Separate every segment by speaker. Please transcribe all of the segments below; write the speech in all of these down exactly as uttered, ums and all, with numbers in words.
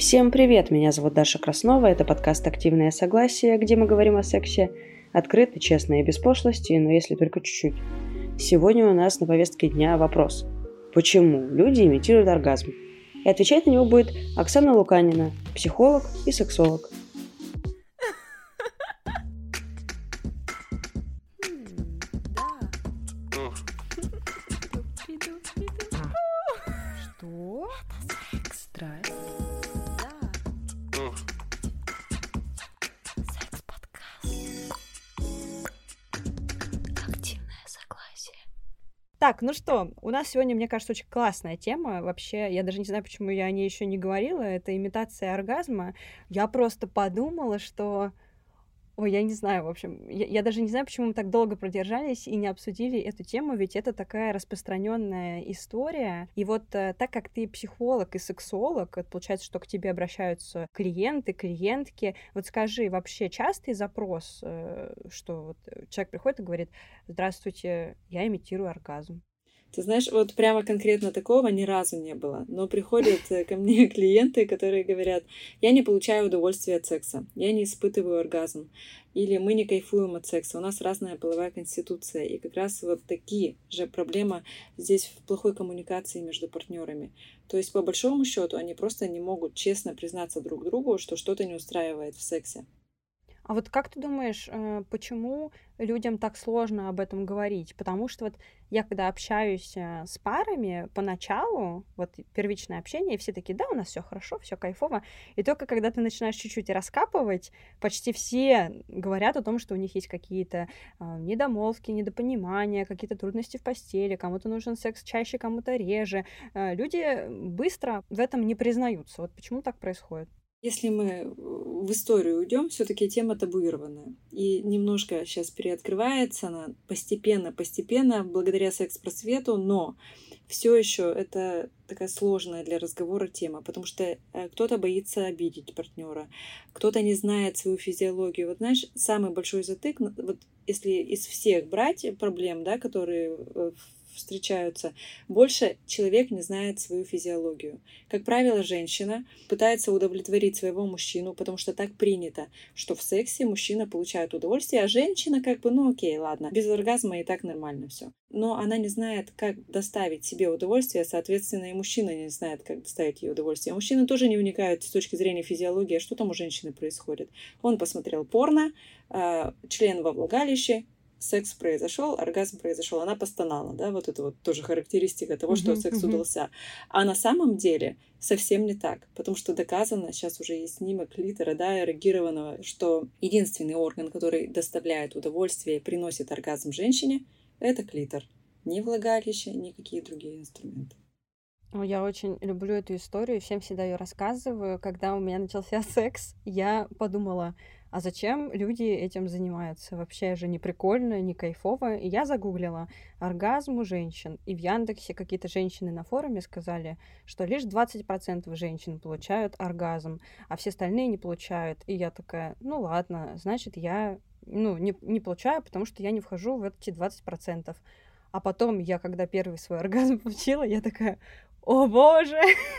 Speaker 1: Всем привет, меня зовут Даша Краснова, это подкаст «Активное согласие», где мы говорим о сексе открыто, честно и без пошлости, но если только чуть-чуть. Сегодня у нас на повестке дня вопрос: почему люди имитируют оргазм? И отвечать на него будет Оксана Луканина, психолог и сексолог.
Speaker 2: Что? Страсть? Так, ну что, у нас сегодня, мне кажется, очень классная тема. Вообще, я даже не знаю, почему я о ней еще не говорила. Это имитация оргазма. Я просто подумала, что... Ой, я не знаю, в общем, я, я даже не знаю, почему мы так долго продержались и не обсудили эту тему, ведь это такая распространенная история. И вот э, так как ты психолог и сексолог, это получается, что к тебе обращаются клиенты, клиентки. Вот скажи, вообще частый запрос, э, что вот человек приходит и говорит: «Здравствуйте, я имитирую оргазм».
Speaker 3: Ты знаешь, вот прямо конкретно такого ни разу не было. Но приходят ко мне клиенты, которые говорят: я не получаю удовольствия от секса, я не испытываю оргазм, или мы не кайфуем от секса, у нас разная половая конституция. И как раз вот такие же проблемы здесь в плохой коммуникации между партнерами. То есть, по большому счету, они просто не могут честно признаться друг другу, что что-то не устраивает в сексе.
Speaker 2: А вот как ты думаешь, э, почему людям так сложно об этом говорить? Потому что вот я когда общаюсь э, с парами поначалу, вот первичное общение, все такие: да, у нас все хорошо, все кайфово. И только когда ты начинаешь чуть-чуть раскапывать, почти все говорят о том, что у них есть какие-то а, недомолвки, недопонимания, какие-то трудности в постели, кому-то нужен секс чаще, кому-то реже. Э, Люди быстро в этом не признаются. Вот почему так происходит?
Speaker 3: Если мы в историю уйдем, все-таки тема табуированная. И немножко сейчас переоткрывается она постепенно, постепенно, благодаря секс-просвету, но все еще это такая сложная для разговора тема, потому что э, кто-то боится обидеть партнера, кто-то не знает свою физиологию. Вот знаешь, самый большой затык, ну, вот если из всех брать проблем, да, которые э, встречаются, больше человек не знает свою физиологию. Как правило, женщина пытается удовлетворить своего мужчину, потому что так принято, что в сексе мужчина получает удовольствие, а женщина как бы, ну окей, ладно, без оргазма и так нормально все. Но она не знает, как доставить себе удовольствие, соответственно, и мужчина не знает, как доставить ей удовольствие. А мужчины тоже не вникают с точки зрения физиологии, а что там у женщины происходит. Он посмотрел порно, э, член во влагалище, секс произошел, оргазм произошел, она постонала, да, вот это вот тоже характеристика того, что
Speaker 2: Мгм,
Speaker 3: секс
Speaker 2: мгм.
Speaker 3: удался. А на самом деле совсем не так, потому что доказано, сейчас уже есть снимок клитора, да, эрегированного, что единственный орган, который доставляет удовольствие и приносит оргазм женщине, это клитор. Ни влагалище, никакие другие инструменты.
Speaker 2: Ой, Я очень люблю эту историю, всем всегда ее рассказываю. Когда у меня начался секс, я подумала: а зачем люди этим занимаются? Вообще же не прикольно, не кайфово. И я загуглила оргазм у женщин. И в Яндексе какие-то женщины на форуме сказали, что лишь двадцать процентов женщин получают оргазм, а все остальные не получают. И я такая: ну ладно, значит, я ну, не, не получаю, потому что я не вхожу в эти двадцать процентов. А потом я, когда первый свой оргазм получила, я такая: о боже,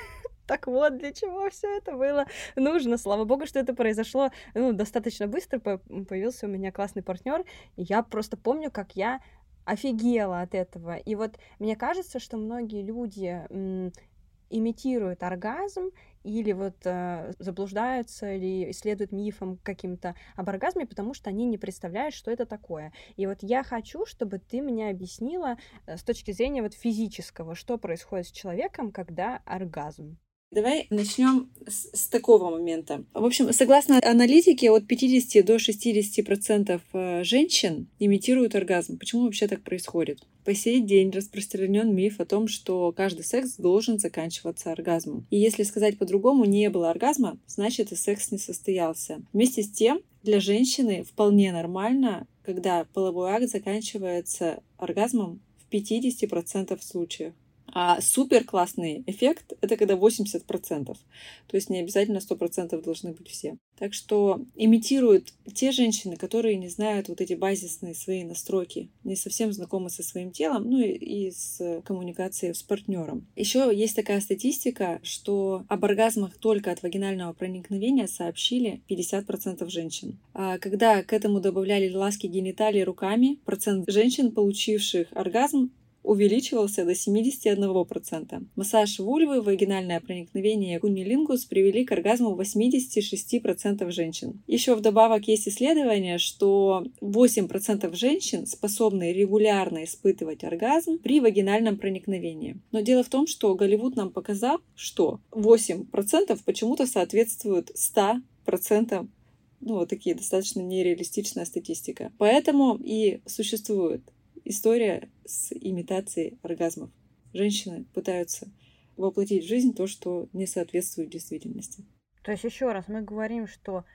Speaker 2: так вот для чего все это было нужно. Слава богу, что это произошло, ну, достаточно быстро. По- Появился у меня классный партнер, и я просто помню, как я офигела от этого. И вот мне кажется, что многие люди м, имитируют оргазм или вот э, заблуждаются или исследуют мифом каким-то об оргазме, потому что они не представляют, что это такое. И вот я хочу, чтобы ты мне объяснила э, с точки зрения вот физического, что происходит с человеком, когда оргазм.
Speaker 3: Давай начнем с, с такого момента. В общем, согласно аналитике, от пятидесяти до шестидесяти процентов женщин имитируют оргазм. Почему вообще так происходит? По сей день распространен миф о том, что каждый секс должен заканчиваться оргазмом. И если сказать по-другому, не было оргазма, значит и секс не состоялся. Вместе с тем, для женщины вполне нормально, когда половой акт заканчивается оргазмом в пятидесяти процентах случаев. А супер классный эффект — это когда восемьдесят процентов. То есть не обязательно сто процентов должны быть все. Так что имитируют те женщины, которые не знают вот эти базисные свои настройки, не совсем знакомы со своим телом, ну и, и с коммуникацией с партнером. Еще есть такая статистика, что об оргазмах только от вагинального проникновения сообщили пятьдесят процентов женщин. А когда к этому добавляли ласки гениталий руками, процент женщин, получивших оргазм, увеличивался до семьдесят один процент. Массаж вульвы, вагинальное проникновение и куннилингус привели к оргазму восемьдесят шесть процентов женщин. Еще вдобавок есть исследование, что восемь процентов женщин способны регулярно испытывать оргазм при вагинальном проникновении. Но дело в том, что Голливуд нам показал, что восемь процентов почему-то соответствуют ста процентам. Ну, вот такие достаточно нереалистичная статистика. Поэтому и существует история с имитацией оргазмов. Женщины пытаются воплотить в жизнь то, что не соответствует действительности.
Speaker 2: То есть еще раз мы говорим, что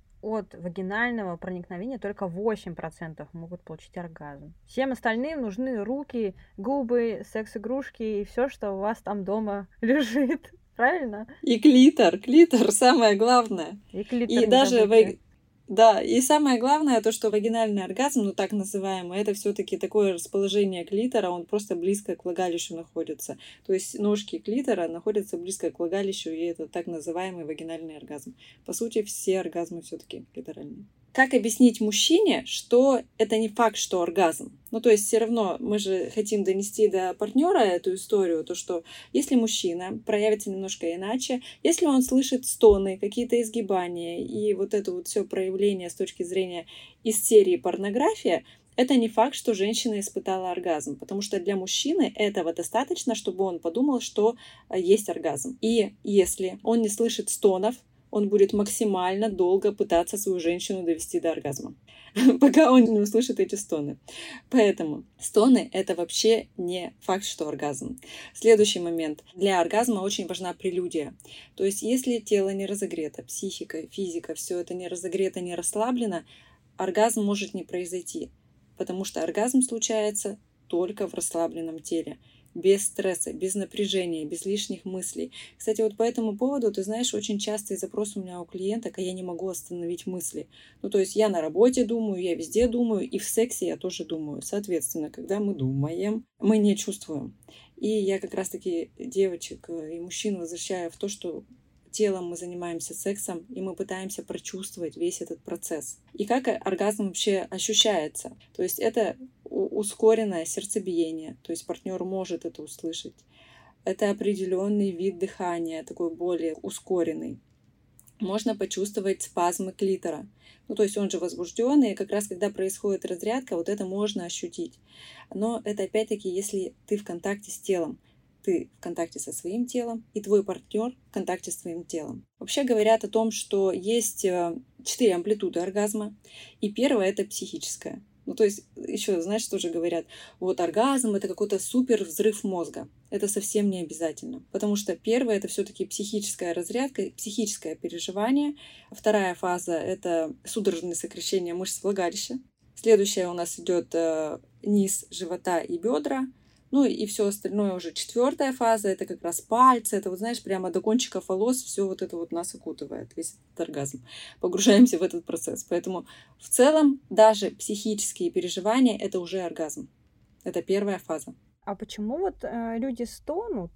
Speaker 2: от вагинального проникновения только восемь процентов могут получить оргазм. Всем остальным нужны руки, губы, секс-игрушки и все, что у вас там дома лежит. Правильно?
Speaker 3: И клитор. Клитор самое главное.
Speaker 2: И клитор.
Speaker 3: И даже в... Да, и самое главное, то, что вагинальный оргазм, ну так называемый, это все-таки такое расположение клитора, он просто близко к влагалищу находится. То есть ножки клитора находятся близко к влагалищу, и это так называемый вагинальный оргазм. По сути, все оргазмы все-таки клиторальные. Как объяснить мужчине, что это не факт, что оргазм? Ну, то есть все равно мы же хотим донести до партнера эту историю, то, что если мужчина проявится немножко иначе, если он слышит стоны, какие-то изгибания и вот это вот все проявление с точки зрения из серии порнография, это не факт, что женщина испытала оргазм, потому что для мужчины этого достаточно, чтобы он подумал, что есть оргазм. И если он не слышит стонов, он будет максимально долго пытаться свою женщину довести до оргазма, пока он не услышит эти стоны. Поэтому стоны — это вообще не факт, что оргазм. Следующий момент. Для оргазма очень важна прелюдия. То есть если тело не разогрето, психика, физика, все это не разогрето, не расслаблено, оргазм может не произойти, потому что оргазм случается только в расслабленном теле. Без стресса, без напряжения, без лишних мыслей. Кстати, вот по этому поводу, ты знаешь, очень частый запрос у меня у клиенток, а я не могу остановить мысли. Ну, то есть я на работе думаю, я везде думаю, и в сексе я тоже думаю. Соответственно, когда мы думаем, мы не чувствуем. И я как раз-таки девочек и мужчин возвращаю в то, что телом мы занимаемся сексом, и мы пытаемся прочувствовать весь этот процесс. И как оргазм вообще ощущается? То есть это ускоренное сердцебиение, то есть партнер может это услышать. Это определенный вид дыхания, такой более ускоренный. Можно почувствовать спазмы клитора. Ну, то есть он же возбужденный, и как раз когда происходит разрядка, вот это можно ощутить. Но это опять-таки, если ты в контакте с телом. Ты в контакте со своим телом, и твой партнер в контакте с твоим телом. Вообще говорят о том, что есть четыре амплитуды оргазма, и первая — это психическая. Ну, то есть, еще, знаешь, тоже говорят, вот оргазм — это какой-то супер взрыв мозга. Это совсем не обязательно, потому что первое — это все-таки психическая разрядка, психическое переживание. Вторая фаза — это судорожное сокращение мышц влагалища. Следующая у нас идет э, низ живота и бедра. Ну и все остальное уже четвертая фаза, это как раз пальцы, это вот знаешь, прямо до кончиков волос все вот это вот нас окутывает, весь этот оргазм. Погружаемся в этот процесс. Поэтому в целом даже психические переживания — это уже оргазм. Это первая фаза.
Speaker 2: А почему вот э, люди стонут?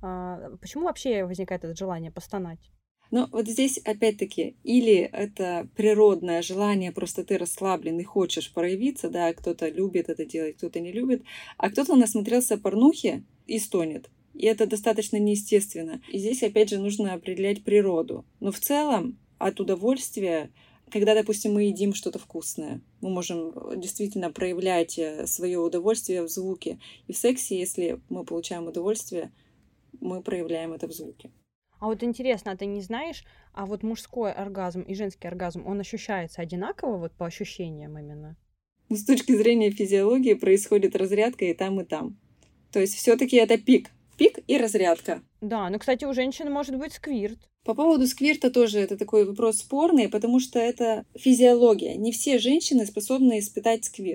Speaker 2: Э, почему вообще возникает это желание постонать?
Speaker 3: Ну, вот здесь опять-таки, или это природное желание, просто ты расслаблен и хочешь проявиться, да, кто-то любит это делать, кто-то не любит, а кто-то насмотрелся порнухи и стонет. И это достаточно неестественно. И здесь, опять же, нужно определять природу. Но в целом от удовольствия, когда, допустим, мы едим что-то вкусное, мы можем действительно проявлять свое удовольствие в звуке. И в сексе, если мы получаем удовольствие, мы проявляем это в звуке.
Speaker 2: А вот интересно, а ты не знаешь, а вот мужской оргазм и женский оргазм, он ощущается одинаково вот по ощущениям именно?
Speaker 3: Ну, с точки зрения физиологии происходит разрядка и там, и там. То есть все-таки это пик. Пик и разрядка.
Speaker 2: Да, ну, кстати, у женщины может быть сквирт.
Speaker 3: По поводу сквирта тоже это такой вопрос спорный, потому что это физиология. Не все женщины способны испытать сквирт.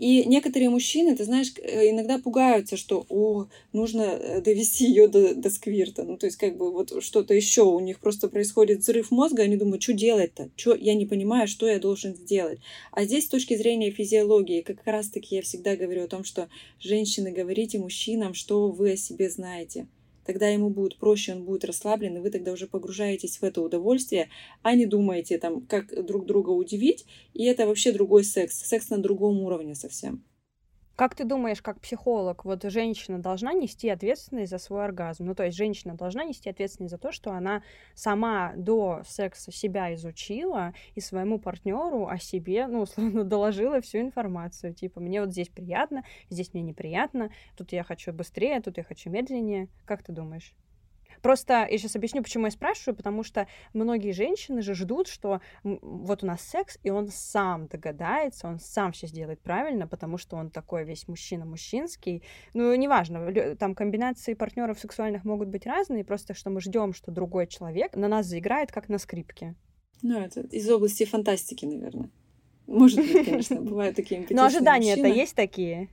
Speaker 3: И некоторые мужчины, ты знаешь, иногда пугаются, что о, нужно довести ее до, до сквирта. Ну, то есть, как бы вот что-то еще у них просто происходит взрыв мозга, они думают, что делать-то? Что? Я не понимаю, что я должен сделать. А здесь, с точки зрения физиологии, как раз-таки я всегда говорю о том, что женщины, говорите мужчинам, что вы о себе знаете. Тогда ему будет проще, он будет расслаблен, и вы тогда уже погружаетесь в это удовольствие, а не думаете, там, как друг друга удивить, и это вообще другой секс, секс на другом уровне совсем.
Speaker 2: Как ты думаешь, как психолог, вот женщина должна нести ответственность за свой оргазм? Ну, то есть женщина должна нести ответственность за то, что она сама до секса себя изучила и своему партнеру о себе, ну, условно, доложила всю информацию. Типа, мне вот здесь приятно, здесь мне неприятно, тут я хочу быстрее, тут я хочу медленнее. Как ты думаешь? Просто я сейчас объясню, почему я спрашиваю, потому что многие женщины же ждут, что вот у нас секс, и он сам догадается, он сам все сделает правильно, потому что он такой весь мужчина-мужчинский. Ну, неважно, там комбинации партнеров сексуальных могут быть разные, просто что мы ждем, что другой человек на нас заиграет, как на скрипке.
Speaker 3: Ну, это из области фантастики, наверное. Может быть, конечно, бывают такие эмпатичные мужчины.
Speaker 2: Но ожидания-то есть такие?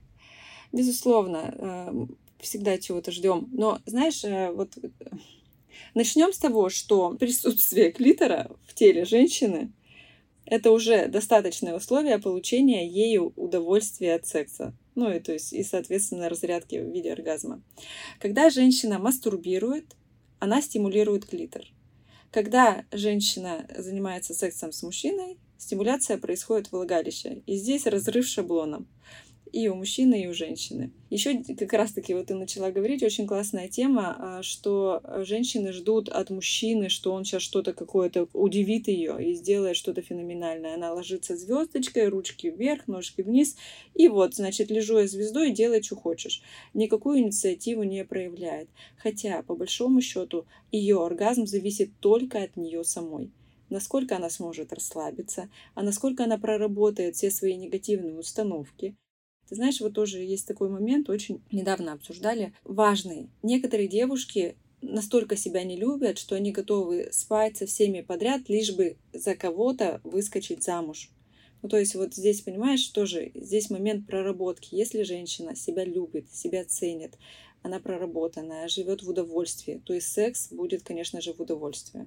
Speaker 3: Безусловно, всегда чего-то ждем. Но, знаешь, вот начнем с того, что присутствие клитора в теле женщины — это уже достаточное условие получения ею удовольствия от секса. Ну, и то есть, и, соответственно, разрядки в виде оргазма. Когда женщина мастурбирует, она стимулирует клитор. Когда женщина занимается сексом с мужчиной, стимуляция происходит в влагалище. И здесь разрыв шаблоном. И у мужчины, и у женщины. Еще как раз-таки вот ты начала говорить, очень классная тема, что женщины ждут от мужчины, что он сейчас что-то какое-то удивит ее и сделает что-то феноменальное. Она ложится звездочкой, ручки вверх, ножки вниз, и вот, значит, лежу я звездой, делай, что хочешь. Никакую инициативу не проявляет. Хотя, по большому счету, ее оргазм зависит только от нее самой. Насколько она сможет расслабиться, а насколько она проработает все свои негативные установки. Ты знаешь, вот тоже есть такой момент, очень недавно обсуждали, важный. Некоторые девушки настолько себя не любят, что они готовы спать со всеми подряд, лишь бы за кого-то выскочить замуж. Ну, то есть вот здесь, понимаешь, тоже здесь момент проработки. Если женщина себя любит, себя ценит, она проработанная, живет в удовольствии, то и секс будет, конечно же, в удовольствии.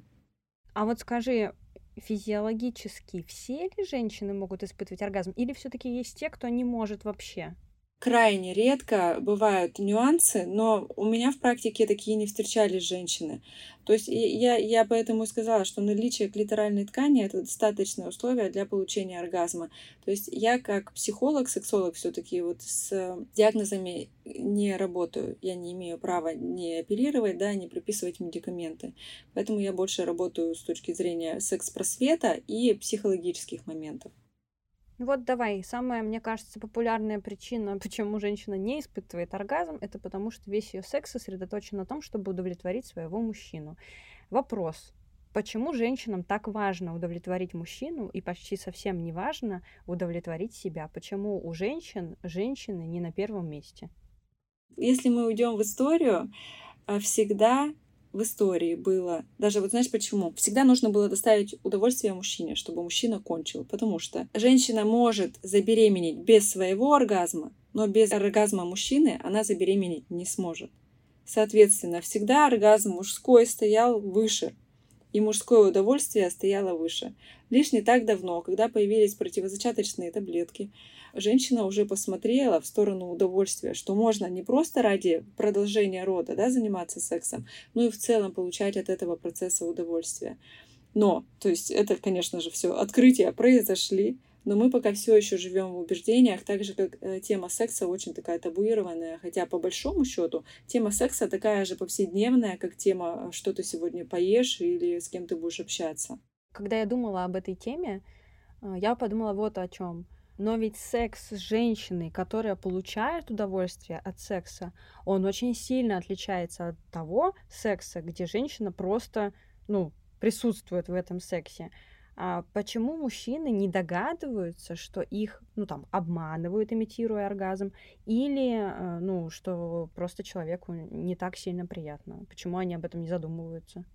Speaker 2: А вот скажи, физиологически все ли женщины могут испытывать оргазм? Или все-таки есть те, кто не может вообще?
Speaker 3: Крайне редко бывают нюансы, но у меня в практике такие не встречались женщины. То есть я, я поэтому и сказала, что наличие клиторальной ткани — это достаточное условие для получения оргазма. То есть я как психолог, сексолог все-таки вот с диагнозами не работаю. Я не имею права не оперировать, да, не прописывать медикаменты. Поэтому я больше работаю с точки зрения секс-просвета и психологических моментов.
Speaker 2: Вот давай, самая, мне кажется, популярная причина, почему женщина не испытывает оргазм, это потому что весь ее секс сосредоточен на том, чтобы удовлетворить своего мужчину. Вопрос. Почему женщинам так важно удовлетворить мужчину и почти совсем не важно удовлетворить себя? Почему у женщин женщины не на первом месте?
Speaker 3: Если мы уйдем в историю, всегда в истории было, даже вот знаешь почему? Всегда нужно было доставить удовольствие мужчине, чтобы мужчина кончил, потому что женщина может забеременеть без своего оргазма, но без оргазма мужчины она забеременеть не сможет. Соответственно, всегда оргазм мужской стоял выше, и мужское удовольствие стояло выше. Лишь не так давно, когда появились противозачаточные таблетки, женщина уже посмотрела в сторону удовольствия, что можно не просто ради продолжения рода, да, заниматься сексом, но и в целом получать от этого процесса удовольствие. Но, то есть это, конечно же, все открытия произошли, но мы пока все еще живем в убеждениях, так же как э, тема секса очень такая табуированная, хотя по большому счету тема секса такая же повседневная, как тема, что ты сегодня поешь или с кем ты будешь общаться.
Speaker 2: Когда я думала об этой теме, я подумала вот о чем. Но ведь секс с женщиной, которая получает удовольствие от секса, он очень сильно отличается от того секса, где женщина просто, ну, присутствует в этом сексе. А почему мужчины не догадываются, что их, ну, там, обманывают, имитируя оргазм, или, ну, что просто человеку не так сильно приятно? Почему они об этом не задумываются?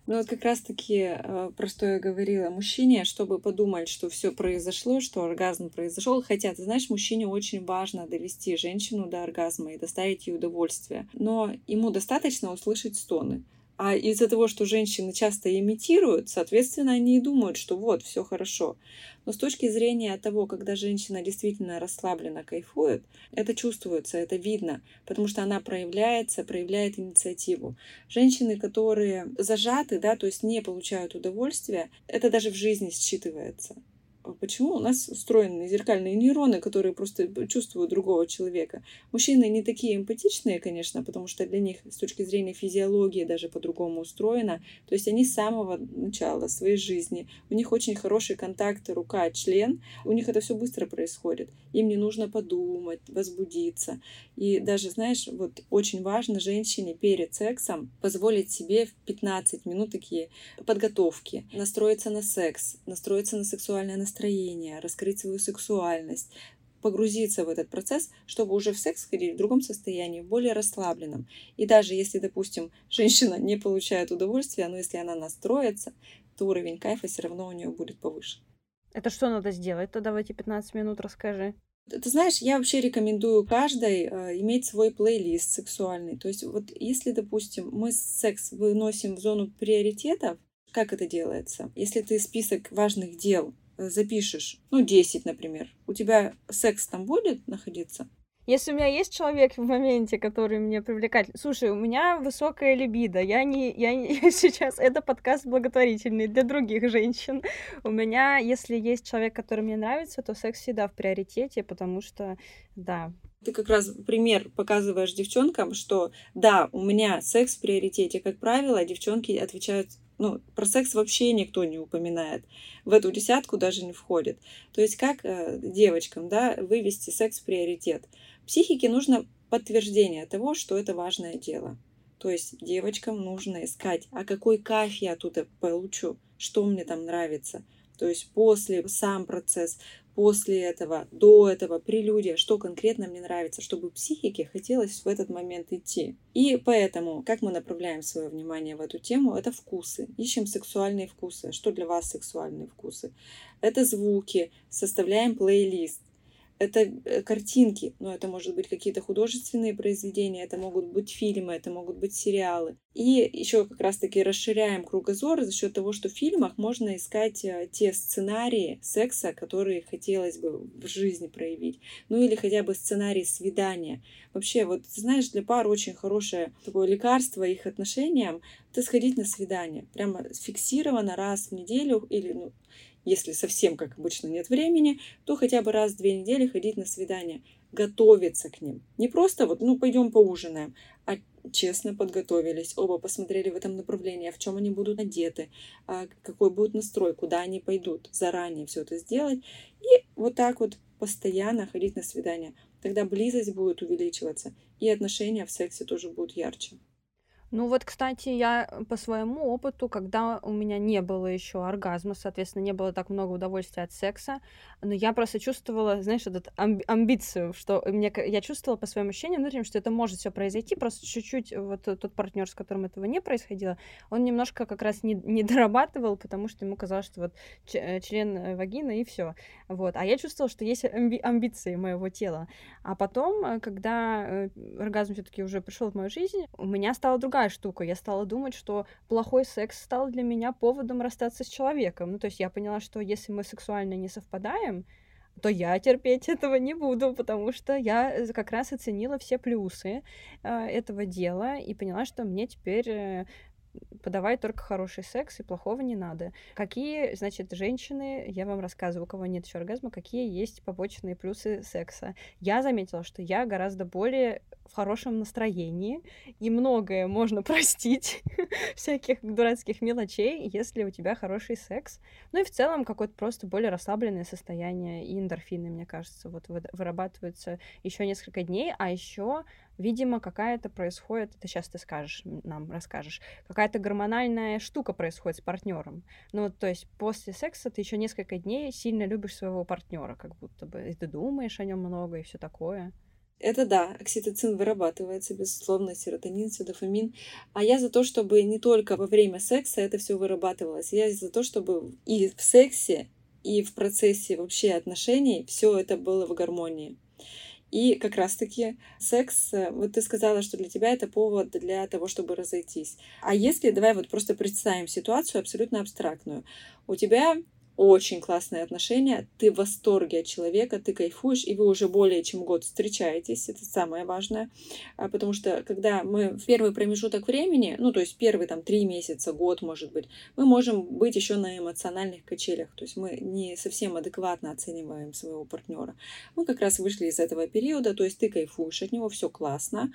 Speaker 3: Ну вот как раз-таки, э, про что я говорила, мужчине, чтобы подумать, что все произошло, что оргазм произошел, хотя, ты знаешь, мужчине очень важно довести женщину до оргазма и доставить ей удовольствие, но ему достаточно услышать стоны. А из-за того, что женщины часто имитируют, соответственно, они и думают, что вот, все хорошо. Но с точки зрения того, когда женщина действительно расслабленно кайфует, это чувствуется, это видно, потому что она проявляется, проявляет инициативу. Женщины, которые зажаты, да, то есть не получают удовольствия, это даже в жизни считывается. Почему у нас устроены зеркальные нейроны, которые просто чувствуют другого человека? Мужчины не такие эмпатичные, конечно, потому что для них с точки зрения физиологии даже по-другому устроено. То есть они с самого начала своей жизни, у них очень хороший контакт рука-член, у них это все быстро происходит. Им не нужно подумать, возбудиться. И даже, знаешь, вот очень важно женщине перед сексом позволить себе в пятнадцать минут такие подготовки, настроиться на секс, настроиться на сексуальное настроение, раскрыть свою сексуальность, погрузиться в этот процесс, чтобы уже в секс ходить в другом состоянии, более расслабленном. И даже если, допустим, женщина не получает удовольствия, но если она настроится, то уровень кайфа все равно у нее будет повыше.
Speaker 2: Это что надо сделать тогда в эти пятнадцать минут, расскажи.
Speaker 3: Ты знаешь, я вообще рекомендую каждой э, иметь свой плейлист сексуальный. То есть вот если, допустим, мы секс выносим в зону приоритетов, как это делается? Если ты список важных дел э, запишешь, ну, десять, например, у тебя секс там будет находиться?
Speaker 2: Если у меня есть человек в моменте, который мне привлекательный... Слушай, у меня высокая либидо. Я не... Я не... Сейчас это подкаст благотворительный для других женщин. У меня, если есть человек, который мне нравится, то секс всегда в приоритете, потому что, да.
Speaker 3: Ты как раз пример показываешь девчонкам, что да, у меня секс в приоритете. Как правило, девчонки отвечают, ну, про секс вообще никто не упоминает. В эту десятку даже не входит. То есть как э, девочкам, да, вывести секс в приоритет? Психике нужно подтверждение того, что это важное дело. То есть девочкам нужно искать, а какой кайф я тут получу, что мне там нравится. То есть после сам процесс, после этого, до этого, прелюдия, что конкретно мне нравится, чтобы психике хотелось в этот момент идти. И поэтому, как мы направляем свое внимание в эту тему, это вкусы. Ищем сексуальные вкусы. Что для вас сексуальные вкусы? Это звуки, составляем плейлист. Это картинки, но это может быть какие-то художественные произведения, это могут быть фильмы, это могут быть сериалы. И еще как раз-таки расширяем кругозор за счет того, что в фильмах можно искать те сценарии секса, которые хотелось бы в жизни проявить. Ну или хотя бы сценарий свидания. Вообще, вот знаешь, для пар очень хорошее такое лекарство их отношениям — это сходить на свидание. Прямо фиксированно раз в неделю или, ну, если совсем, как обычно, нет времени, то хотя бы раз в две недели ходить на свидания, готовиться к ним. Не просто вот, ну, пойдем поужинаем, а честно подготовились, оба посмотрели в этом направлении, в чем они будут одеты, какой будет настрой, куда они пойдут, заранее все это сделать. И вот так вот постоянно ходить на свидания. Тогда близость будет увеличиваться, и отношения в сексе тоже будут ярче.
Speaker 2: Ну вот, кстати, я по своему опыту, когда у меня не было еще оргазма, соответственно, не было так много удовольствия от секса, но я просто чувствовала, знаешь, эту амби- амбицию, что мне, к- я чувствовала по своим ощущениям внутренним, что это может все произойти, просто чуть-чуть вот тот партнер, с которым этого не происходило, он немножко как раз не, не дорабатывал, потому что ему казалось, что вот ч- э, член э, вагины и все. Вот. А я чувствовала, что есть амби- амбиции моего тела. А потом, э, когда э, оргазм все-таки уже пришел в мою жизнь, у меня стала другая штука. Я стала думать, что плохой секс стал для меня поводом расстаться с человеком. Ну, то есть я поняла, что если мы сексуально не совпадаем, то я терпеть этого не буду, потому что я как раз оценила все плюсы э, этого дела и поняла, что мне теперь э, подавай только хороший секс, и плохого не надо. Какие, значит, женщины, я вам рассказываю, у кого нет еще оргазма, какие есть побочные плюсы секса. Я заметила, что я гораздо более в хорошем настроении, и многое можно простить, всяких дурацких мелочей, если у тебя хороший секс. Ну и в целом какое-то просто более расслабленное состояние, и эндорфины, мне кажется, вот вырабатываются еще несколько дней, а еще видимо, какая-то происходит, это сейчас ты скажешь, нам расскажешь, какая-то гормональная штука происходит с партнером. Ну, вот, то есть после секса ты еще несколько дней сильно любишь своего партнера, как будто бы, и ты думаешь о нем много, и все такое.
Speaker 3: Это да, окситоцин вырабатывается, безусловно, серотонин, все дофамин. А я за то, чтобы не только во время секса это все вырабатывалось. Я за то, чтобы и в сексе, и в процессе вообще отношений все это было в гармонии. И как раз-таки секс, вот ты сказала, что для тебя это повод для того, чтобы разойтись. А если, давай вот просто представим ситуацию абсолютно абстрактную. У тебя очень классные отношения, ты в восторге от человека, ты кайфуешь, и вы уже более чем год встречаетесь, это самое важное, А потому что когда мы в первый промежуток времени, ну то есть первые там три месяца, год может быть, мы можем быть еще на эмоциональных качелях, то есть мы не совсем адекватно оцениваем своего партнера. Мы как раз вышли из этого периода, то есть ты кайфуешь от него, все классно,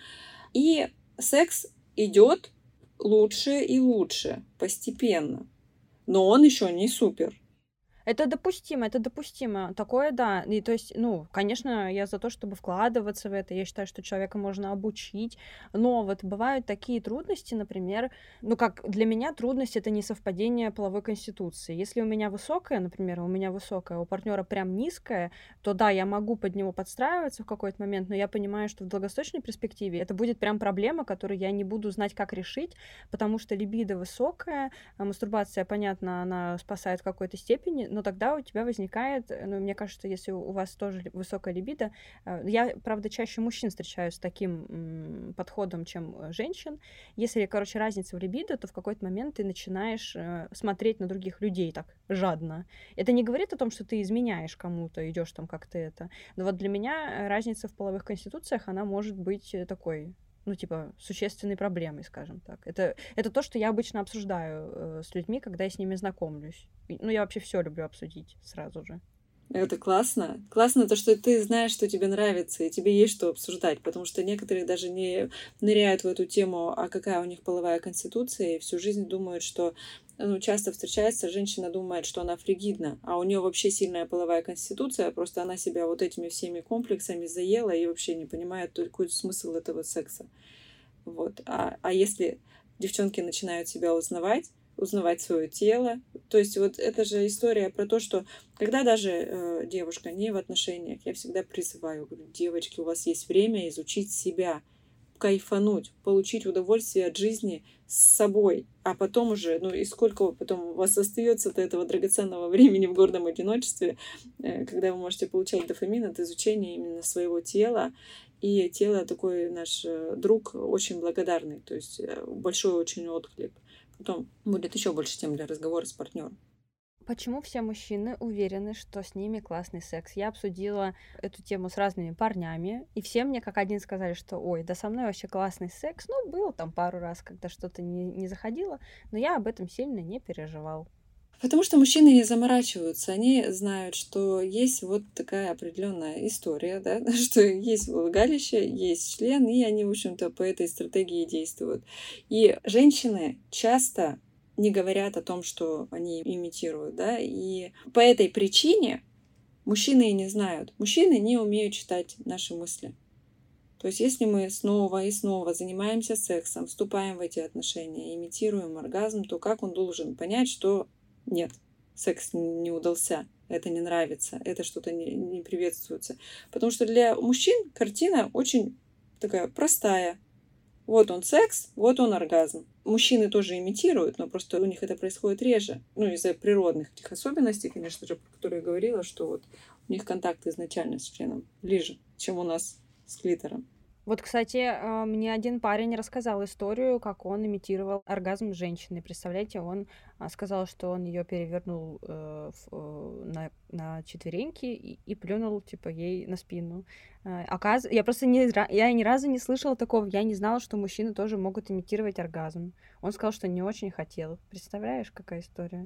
Speaker 3: и секс идет лучше и лучше постепенно, но он еще не супер.
Speaker 2: Это допустимо, это допустимо. Такое, да. И то есть, ну, конечно, я за то, чтобы вкладываться в это. Я считаю, что человека можно обучить. Но вот бывают такие трудности, например, ну, как для меня трудность — это не совпадение половой конституции. Если у меня высокая, например, у меня высокая, у партнера прям низкая, то да, я могу под него подстраиваться в какой-то момент, но я понимаю, что в долгосрочной перспективе это будет прям проблема, которую я не буду знать, как решить, потому что либидо высокая, а мастурбация, понятно, она спасает в какой-то степени, но тогда у тебя возникает, ну, мне кажется, если у вас тоже высокая либидо, я, правда, чаще мужчин встречаю с таким подходом, чем женщин. Если, короче, разница в либидо, то в какой-то момент ты начинаешь смотреть на других людей так жадно. Это не говорит о том, что ты изменяешь кому-то, идешь там как-то это. Но вот для меня разница в половых конституциях, она может быть такой, ну, типа, существенной проблемой, скажем так. Это, это то, что я обычно обсуждаю э, с людьми, когда я с ними знакомлюсь. Ну, я вообще все люблю обсудить сразу же.
Speaker 3: Это классно. Классно то, что ты знаешь, что тебе нравится, и тебе есть что обсуждать, потому что некоторые даже не ныряют в эту тему, а какая у них половая конституция, и всю жизнь думают, что ну, часто встречается, женщина думает, что она фригидна, а у нее вообще сильная половая конституция, просто она себя вот этими всеми комплексами заела и вообще не понимает, какой смысл этого секса. Вот. А, а если девчонки начинают себя узнавать, узнавать свое тело. То есть вот это же история про то, что когда даже э, девушка не в отношениях, я всегда призываю, говорю, девочки, у вас есть время изучить себя, кайфануть, получить удовольствие от жизни с собой, а потом уже, ну и сколько потом у вас остается от этого драгоценного времени в гордом одиночестве, э, когда вы можете получать дофамин от изучения именно своего тела. И тело такой наш э, друг, очень благодарный, то есть э, большой очень отклик. Потом будет еще больше тем для разговора с партнером.
Speaker 2: Почему все мужчины уверены, что с ними классный секс? Я обсудила эту тему с разными парнями, и все мне как один сказали, что ой, да со мной вообще классный секс. Ну, было там пару раз, когда что-то не, не заходило, но я об этом сильно не переживал.
Speaker 3: Потому что мужчины не заморачиваются, они знают, что есть вот такая определенная история, да, что есть влагалище, есть член, и они, в общем-то, по этой стратегии действуют. И женщины часто не говорят о том, что они имитируют, да, и по этой причине мужчины и не знают. Мужчины не умеют читать наши мысли. То есть если мы снова и снова занимаемся сексом, вступаем в эти отношения, имитируем оргазм, то как он должен понять, что нет, секс не удался, это не нравится, это что-то не, не приветствуется. Потому что для мужчин картина очень такая простая. Вот он секс, вот он оргазм. Мужчины тоже имитируют, но просто у них это происходит реже. Ну, из-за природных этих особенностей, конечно же, про которые я говорила, что вот у них контакт изначально с членом ближе, чем у нас с клитором.
Speaker 2: Вот, кстати, мне один парень рассказал историю, как он имитировал оргазм женщины. Представляете, он сказал, что он ее перевернул э, в, на, на четвереньки и, и плюнул, типа, ей на спину. Оказ... Я просто не, я ни разу не слышала такого. Я не знала, что мужчины тоже могут имитировать оргазм. Он сказал, что не очень хотел. Представляешь, какая история?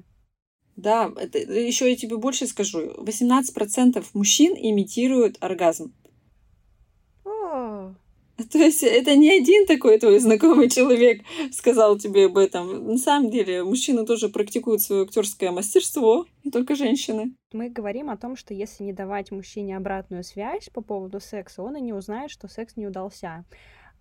Speaker 3: Да, это, еще я тебе больше скажу. восемнадцать процентов мужчин имитируют оргазм.
Speaker 2: О!
Speaker 3: То есть это не один такой твой знакомый человек сказал тебе об этом. На самом деле мужчины тоже практикуют свое актерское мастерство, не только женщины.
Speaker 2: Мы говорим о том, что если не давать мужчине обратную связь по поводу секса, он и не узнает, что секс не удался.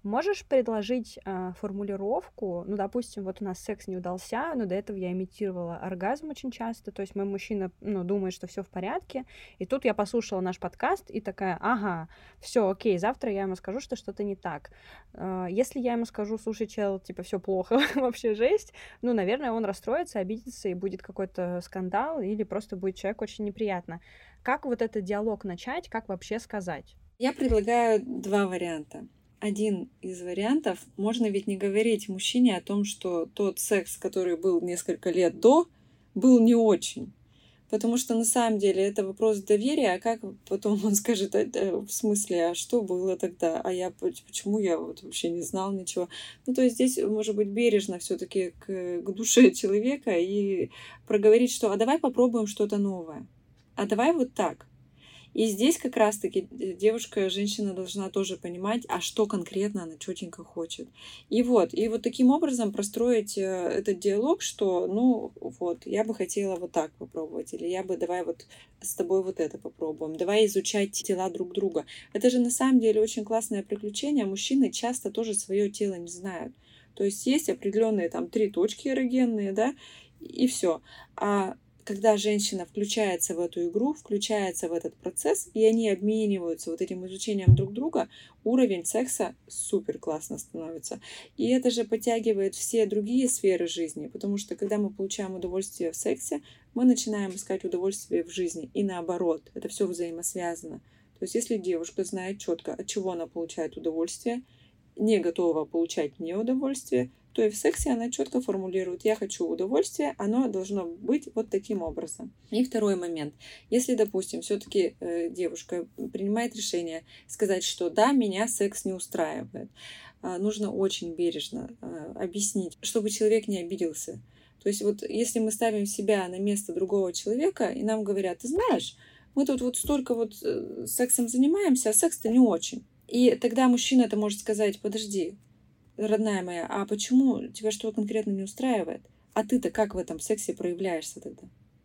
Speaker 2: Можешь предложить а, формулировку, ну, допустим, вот у нас секс не удался, но до этого я имитировала оргазм очень часто, то есть мой мужчина, ну, думает, что все в порядке, и тут я послушала наш подкаст и такая, ага, все, окей, завтра я ему скажу, что что-то не так. А, Если я ему скажу, слушай, чел, типа, все плохо, вообще жесть, ну, наверное, он расстроится, обидится, и будет какой-то скандал, или просто будет человек очень неприятно. Как вот этот диалог начать, как вообще сказать?
Speaker 3: Я предлагаю два варианта. Один из вариантов, можно ведь не говорить мужчине о том, что тот секс, который был несколько лет до, был не очень. Потому что на самом деле это вопрос доверия, а как потом он скажет, «А, э, в смысле, а что было тогда, а я поч- почему я вот вообще не знал ничего. Ну, то есть здесь, может быть, бережно все-таки к, к душе человека и проговорить, что а давай попробуем что-то новое, а давай вот так. И здесь как раз-таки девушка, женщина должна тоже понимать, а что конкретно она четенько хочет. И вот, и вот таким образом простроить э, этот диалог, что, ну, вот, я бы хотела вот так попробовать, или я бы, давай вот с тобой вот это попробуем, давай изучать тела друг друга. Это же на самом деле очень классное приключение. Мужчины часто тоже свое тело не знают. То есть есть определенные там три точки эрогенные, да, и все. А когда женщина включается в эту игру, включается в этот процесс, и они обмениваются вот этим изучением друг друга, уровень секса супер классно становится. И это же подтягивает все другие сферы жизни, потому что когда мы получаем удовольствие в сексе, мы начинаем искать удовольствие в жизни. И наоборот, это все взаимосвязано. То есть если девушка знает четко, от чего она получает удовольствие, не готова получать неудовольствие, то и в сексе она четко формулирует: я хочу удовольствия, оно должно быть вот таким образом. И второй момент. Если, допустим, все-таки э, девушка принимает решение сказать, что да, меня секс не устраивает, э, нужно очень бережно э, объяснить, чтобы человек не обиделся. То есть вот если мы ставим себя на место другого человека, и нам говорят: ты знаешь, мы тут вот столько вот э, сексом занимаемся, а секс-то не очень. И тогда мужчина это может сказать: подожди, родная моя, а почему тебя что конкретно не устраивает? А ты-то как в этом сексе проявляешься тогда?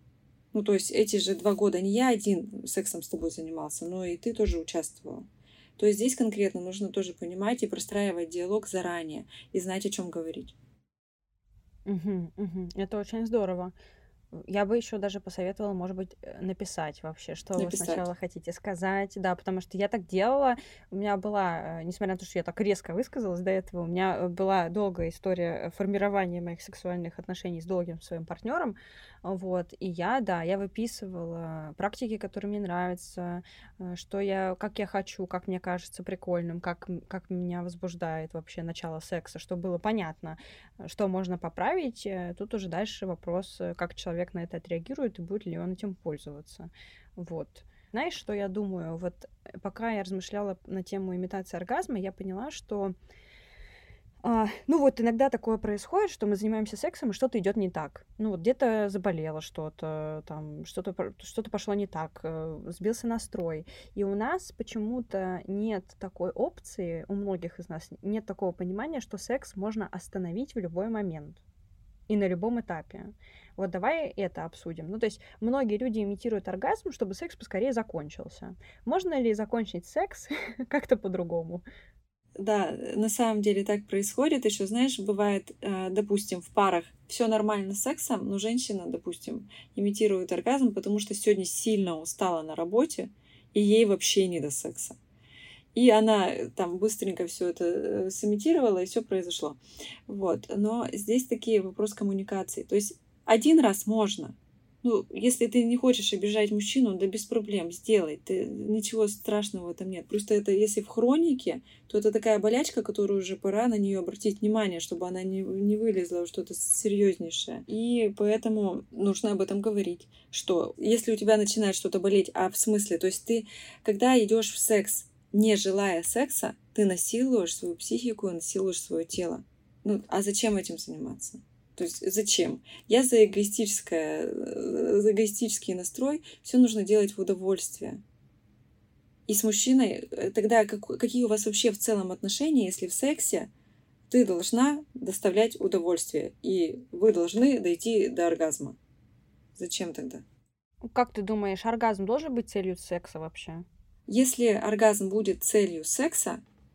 Speaker 3: Ну, то есть эти же два года не я один сексом с тобой занимался, но и ты тоже участвовала. То есть здесь конкретно нужно тоже понимать и простраивать диалог заранее и знать, о чем говорить.
Speaker 2: Мгм, мгм. Это очень здорово. Я бы еще даже посоветовала, может быть, э, написать вообще, что вы
Speaker 3: Написать.
Speaker 2: сначала хотите сказать. Да, потому что я так делала. У меня была, э, несмотря на то, что я так резко высказалась до этого, у меня э, была долгая история э, формирования моих сексуальных отношений с долгим своим партнером. Вот. И я, да, я выписывала практики, которые мне нравятся, э, что я, как я хочу, как мне кажется прикольным, как, м- как меня возбуждает вообще начало секса, чтобы было понятно, э, что можно поправить. Э, Тут уже дальше вопрос, э, как человек на это отреагирует и будет ли он этим пользоваться. Вот. Знаешь, что я думаю? Вот э, пока я размышляла на тему имитации оргазма, я поняла, что а, ну вот иногда такое происходит, что мы занимаемся сексом, и что-то идет не так. Ну вот где-то заболело что-то, там что-то про- что-то пошло не так, э, сбился настрой. И у нас почему-то нет такой опции, у многих из нас нет такого понимания, что секс можно остановить в любой момент и на любом этапе. Вот давай это обсудим. Ну, то есть многие люди имитируют оргазм, чтобы секс поскорее закончился. Можно ли закончить секс как-то по-другому?
Speaker 3: Да, на самом деле так происходит. Еще, знаешь, бывает, э, допустим, в парах все нормально с сексом, но женщина, допустим, имитирует оргазм, потому что сегодня сильно устала на работе, и ей вообще не до секса. И она э, там быстренько все это э, сымитировала, и все произошло. Вот. Но здесь такие вопрос коммуникации. То есть один раз можно. Ну, если ты не хочешь обижать мужчину, да без проблем, сделай. Ты, ничего страшного в этом нет. Просто это, если в хронике, то это такая болячка, которую уже пора на нее обратить внимание, чтобы она не, не вылезла в что-то серьезнейшее. И поэтому нужно об этом говорить, что если у тебя начинает что-то болеть, а в смысле, то есть ты, когда идешь в секс, не желая секса, ты насилуешь свою психику, насилуешь свое тело. Ну, а зачем этим заниматься? То есть зачем? Я за эгоистическое, э, за эгоистический настрой, все нужно делать в удовольствие. И с мужчиной, э, тогда как, какие у вас вообще в целом отношения, если в сексе ты должна доставлять удовольствие, и вы должны дойти до оргазма? Зачем тогда?
Speaker 2: Как ты думаешь, оргазм должен быть целью секса вообще?
Speaker 3: Если оргазм будет целью секса,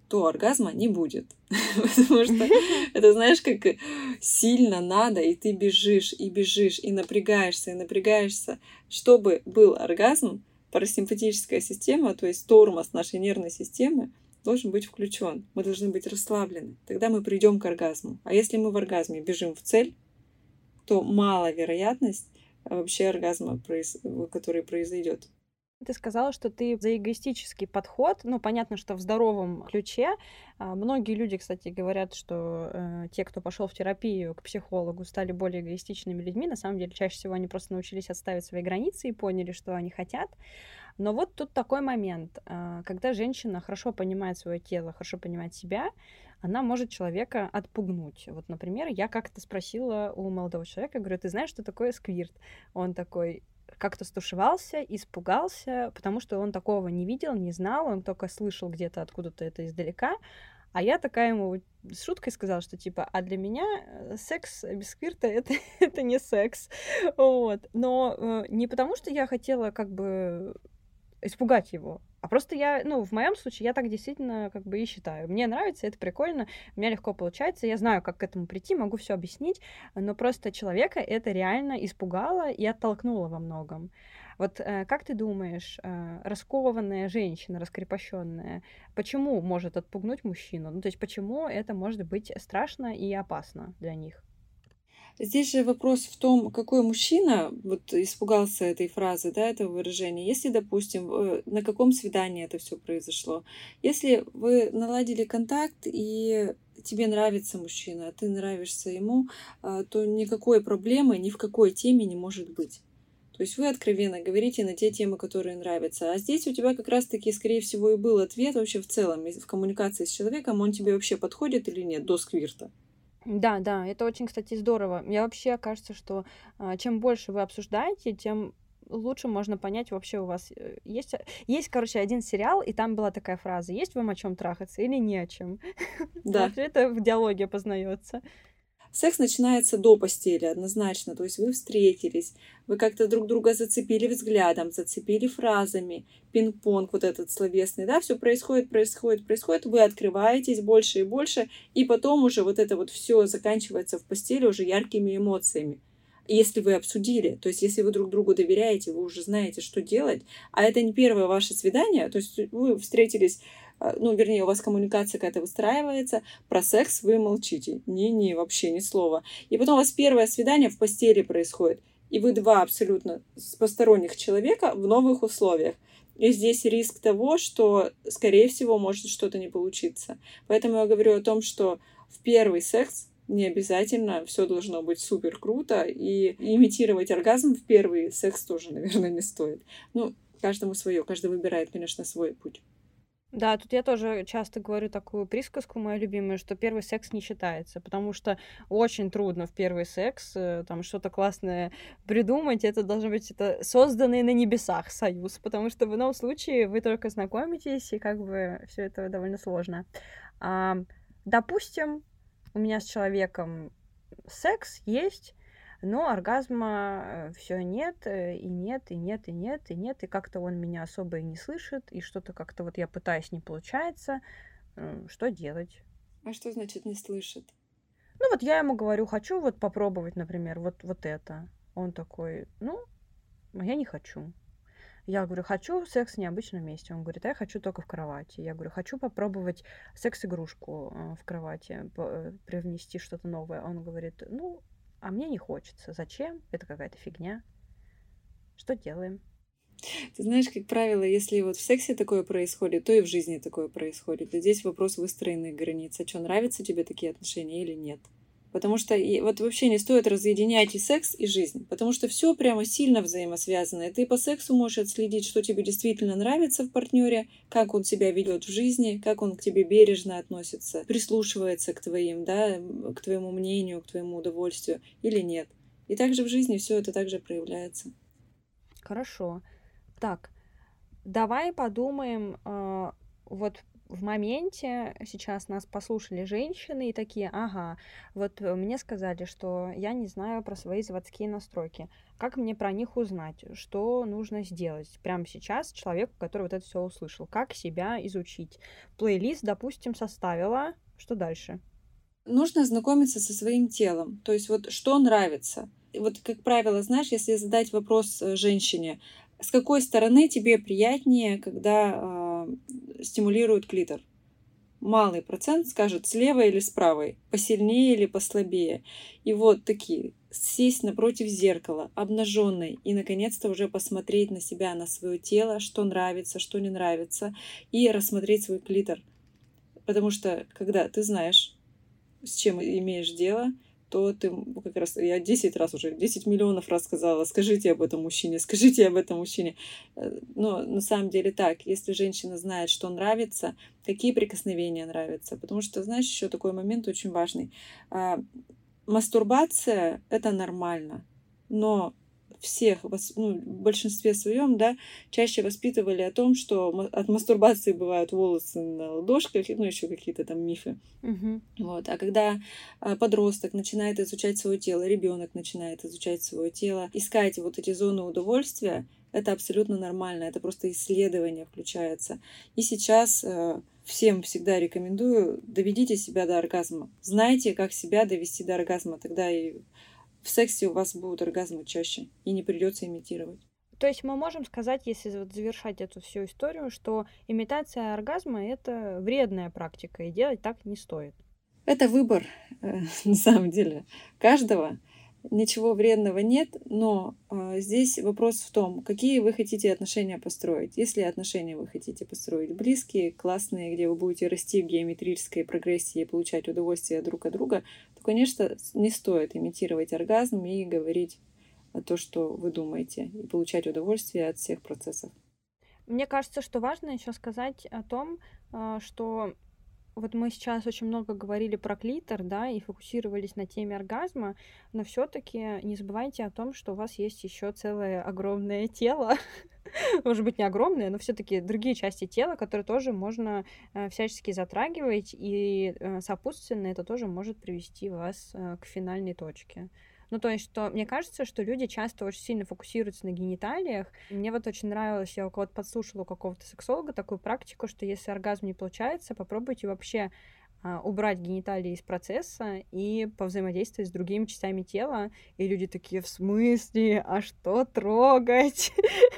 Speaker 3: то оргазма не будет. Потому что это, знаешь, как сильно надо, и ты бежишь, и бежишь, и напрягаешься, и напрягаешься. Чтобы был оргазм, парасимпатическая система, то есть тормоз нашей нервной системы, должен быть включен. Мы должны быть расслаблены. Тогда мы придем к оргазму. А если мы в оргазме бежим в цель, то мала вероятность вообще оргазма, который произойдет.
Speaker 2: Ты сказала, что ты за эгоистический подход. Ну, понятно, что в здоровом ключе. А, Многие люди, кстати, говорят, что э, те, кто пошел в терапию к психологу, стали более эгоистичными людьми. На самом деле, чаще всего они просто научились отставить свои границы и поняли, что они хотят. Но вот тут такой момент, а, когда женщина хорошо понимает свое тело, хорошо понимает себя, она может человека отпугнуть. Вот, например, я как-то спросила у молодого человека, говорю, ты знаешь, что такое сквирт? Он такой как-то стушевался, испугался, потому что он такого не видел, не знал, он только слышал где-то откуда-то это издалека. А я такая ему с шуткой сказала, что типа, а для меня э, секс без сквирта это, это не секс. Вот. Но э, не потому, что я хотела как бы испугать его. А просто я, ну, в моем случае, я так действительно как бы и считаю. Мне нравится, это прикольно, у меня легко получается, я знаю, как к этому прийти, могу все объяснить, но просто человека это реально испугало и оттолкнуло во многом. Вот э, как ты думаешь, э, раскованная женщина, раскрепощенная, почему может отпугнуть мужчину? Ну, то есть почему это может быть страшно и опасно для них?
Speaker 3: Здесь же вопрос в том, какой мужчина вот испугался этой фразы, да, этого выражения. Если, допустим, э, на каком свидании это все произошло. Если вы наладили контакт и тебе нравится мужчина, а ты нравишься ему, а, то никакой проблемы ни в какой теме не может быть. То есть вы откровенно говорите на те темы, которые нравятся. А здесь у тебя как раз-таки, скорее всего, и был ответ вообще в целом, в коммуникации с человеком, он тебе вообще подходит или нет до сквирта.
Speaker 2: Да, да, это очень, кстати, здорово. Мне вообще кажется, что а, чем больше вы обсуждаете, тем лучше можно понять вообще у вас э, есть э, есть, короче, один сериал, и там была такая фраза: есть вам о чем трахаться или не о чем?
Speaker 3: Да.
Speaker 2: Вообще это в диалоге познается.
Speaker 3: Секс начинается до постели, однозначно. То есть вы встретились, вы как-то друг друга зацепили взглядом, зацепили фразами, пинг-понг вот этот словесный, да, все происходит, происходит, происходит, вы открываетесь больше и больше, и потом уже вот это вот все заканчивается в постели уже яркими эмоциями. Если вы обсудили, то есть если вы друг другу доверяете, вы уже знаете, что делать, а это не первое ваше свидание, то есть вы встретились, ну, вернее, у вас коммуникация какая-то выстраивается, про секс вы молчите, не-не, вообще ни слова. И потом у вас первое свидание в постели происходит, и вы два абсолютно посторонних человека в новых условиях. И здесь риск того, что, скорее всего, может что-то не получиться. Поэтому я говорю о том, что в первый секс не обязательно все должно быть супер круто, и имитировать оргазм в первый секс тоже, наверное, не стоит. Ну, каждому свое, каждый выбирает, конечно, свой путь.
Speaker 2: Да, тут я тоже часто говорю такую присказку, мою любимую, что первый секс не считается, потому что очень трудно в первый секс э, там что-то классное придумать. Это должен быть это созданный на небесах союз, потому что в ином случае вы только знакомитесь, и как бы все это довольно сложно. А, допустим, у меня с человеком секс есть, но оргазма все нет, э, и нет, и нет, и нет, и нет, и как-то он меня особо и не слышит, и что-то как-то вот я пытаюсь, не получается. Э, Что делать?
Speaker 3: А что значит не слышит?
Speaker 2: Ну вот я ему говорю, хочу вот попробовать, например, вот, вот это. Он такой, ну, а я не хочу. Я говорю, хочу секс в необычном месте. Он говорит, а я хочу только в кровати. Я говорю, хочу попробовать секс-игрушку э, в кровати, п- э, привнести что-то новое. Он говорит, ну, а мне не хочется. Зачем? Это какая-то фигня. Что делаем?
Speaker 3: Ты знаешь, как правило, если вот в сексе такое происходит, то и в жизни такое происходит. И здесь вопрос выстроенных границ. А что, нравятся тебе такие отношения или нет? Потому что и вот вообще не стоит разъединять и секс, и жизнь. Потому что все прямо сильно взаимосвязано. И ты по сексу можешь отследить, что тебе действительно нравится в партнере, как он себя ведет в жизни, как он к тебе бережно относится, прислушивается к твоим, да, к твоему мнению, к твоему удовольствию или нет. И также в жизни все это также проявляется.
Speaker 2: Хорошо. Так, давай подумаем, а, вот в моменте сейчас нас послушали женщины и такие, ага, вот э, мне сказали, что я не знаю про свои заводские настройки. Как мне про них узнать? Что нужно сделать прямо сейчас человеку, который вот это все услышал? Как себя изучить? Плейлист, допустим, составила. Что дальше?
Speaker 3: Нужно знакомиться со своим телом. То есть вот что нравится. И вот, как правило, знаешь, если задать вопрос э, женщине, с какой стороны тебе приятнее, когда э, стимулируют клитор? Малый процент скажет, с левой или с правой, посильнее или послабее. И вот такие, сесть напротив зеркала, обнаженной, и наконец-то уже посмотреть на себя, на свое тело, что нравится, что не нравится, и рассмотреть свой клитор. Потому что, когда ты знаешь, с чем имеешь дело, то ты как раз, я десять раз уже, десять миллионов раз сказала, скажите об этом мужчине, скажите об этом мужчине. Но на самом деле так, если женщина знает, что нравится, какие прикосновения нравятся, потому что, знаешь, еще такой момент очень важный. Мастурбация — это нормально, но всех, ну, в большинстве своем, да, чаще воспитывали о том, что от мастурбации бывают волосы на ладошках, ну, еще какие-то там мифы.
Speaker 2: Угу.
Speaker 3: Вот. А когда подросток начинает изучать свое тело, ребенок начинает изучать свое тело, искать вот эти зоны удовольствия, это абсолютно нормально, это просто исследование включается. И сейчас всем всегда рекомендую, доведите себя до оргазма. Знайте, как себя довести до оргазма, тогда и в сексе у вас будут оргазмы чаще, и не придется имитировать.
Speaker 2: То есть мы можем сказать, если вот завершать эту всю историю, что имитация оргазма — это вредная практика, и делать так не стоит.
Speaker 3: Это выбор, на самом деле, каждого. Ничего вредного нет, но э, здесь вопрос в том, какие вы хотите отношения построить. Если отношения вы хотите построить близкие, классные, где вы будете расти в геометрической прогрессии и получать удовольствие друг от друга, то, конечно, не стоит имитировать оргазм и говорить то, что вы думаете, и получать удовольствие от всех процессов.
Speaker 2: Мне кажется, что важно еще сказать о том, что вот мы сейчас очень много говорили про клитор, да, и фокусировались на теме оргазма, но все-таки не забывайте о том, что у вас есть еще целое огромное тело, может быть, не огромное, но все-таки другие части тела, которые тоже можно всячески затрагивать, и сопутственно это тоже может привести вас к финальной точке. Ну, то есть, что мне кажется, что люди часто очень сильно фокусируются на гениталиях. Мне вот очень нравилось, я у кого-то подслушала, у какого-то сексолога, такую практику, что если оргазм не получается, попробуйте вообще а, убрать гениталии из процесса и повзаимодействовать с другими частями тела. И люди такие, в смысле? А что трогать?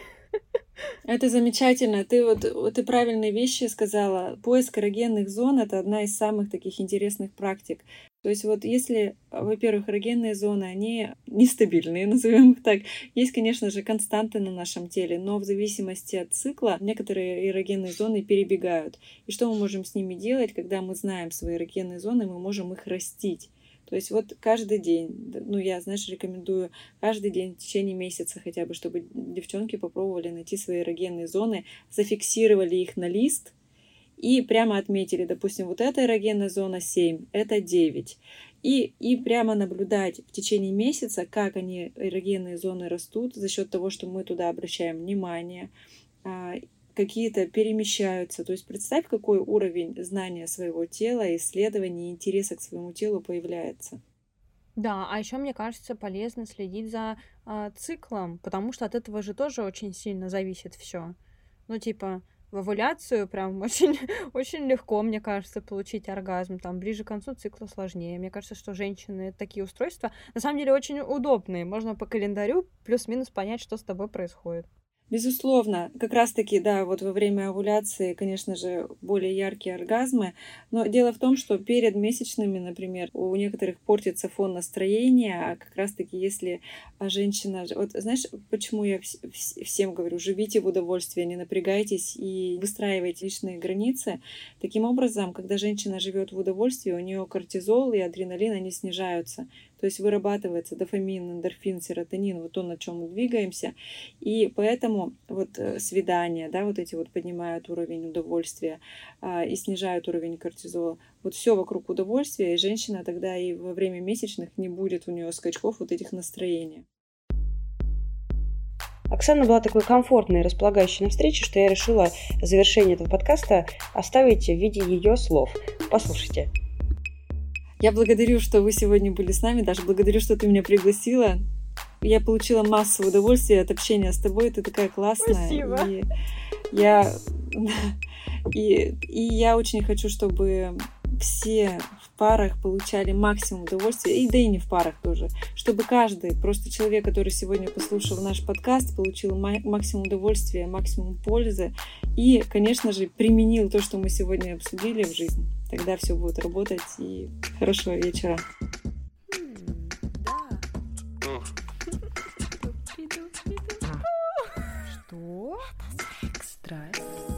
Speaker 3: Это замечательно. Ты вот, вот ты правильные вещи сказала. Поиск эрогенных зон — это одна из самых таких интересных практик. То есть вот если, во-первых, эрогенные зоны, они нестабильные, назовем их так. Есть, конечно же, константы на нашем теле, но в зависимости от цикла некоторые эрогенные зоны перебегают. И что мы можем с ними делать, когда мы знаем свои эрогенные зоны, мы можем их растить. То есть вот каждый день, ну я, знаешь, рекомендую каждый день в течение месяца хотя бы, чтобы девчонки попробовали найти свои эрогенные зоны, зафиксировали их на лист и прямо отметили, допустим, вот эта эрогенная зона семь, это девять. И, и прямо наблюдать в течение месяца, как они, эрогенные зоны, растут за счет того, что мы туда обращаем внимание, какие-то перемещаются. То есть представь, какой уровень знания своего тела, исследований, интереса к своему телу появляется.
Speaker 2: Да, а еще мне кажется полезно следить за э, циклом, потому что от этого же тоже очень сильно зависит все. Ну, типа, в овуляцию прям очень, очень легко, мне кажется, получить оргазм. Там ближе к концу цикла сложнее. Мне кажется, что женщины такие устройства на самом деле очень удобные. Можно по календарю плюс-минус понять, что с тобой происходит.
Speaker 3: Безусловно, как раз-таки, да, вот во время овуляции, конечно же, более яркие оргазмы, но дело в том, что перед месячными, например, у некоторых портится фон настроения, а как раз-таки если женщина... Вот знаешь, почему я всем говорю, живите в удовольствии, не напрягайтесь и выстраивайте личные границы. Таким образом, когда женщина живет в удовольствии, у нее кортизол и адреналин, они снижаются. То есть вырабатывается дофамин, эндорфин, серотонин, вот то, на чем мы двигаемся. И поэтому вот свидания, да, вот эти вот поднимают уровень удовольствия а, и снижают уровень кортизола. Вот все вокруг удовольствия, и женщина тогда и во время месячных не будет у нее скачков вот этих настроений.
Speaker 1: Оксана была такой комфортной и располагающей на встрече, что я решила завершение этого подкаста оставить в виде ее слов. Послушайте.
Speaker 3: Я благодарю, что вы сегодня были с нами, даже благодарю, что ты меня пригласила. Я получила массу удовольствия от общения с тобой, ты такая классная.
Speaker 2: Спасибо.
Speaker 3: И я, и, и я очень хочу, чтобы все в парах получали максимум удовольствия, и да и не в парах тоже, чтобы каждый, просто человек, который сегодня послушал наш подкаст, получил максимум удовольствия, максимум пользы и, конечно же, применил то, что мы сегодня обсудили в жизнь. Тогда все будет работать, и хорошего вечера.
Speaker 2: Что? Секс, драйв.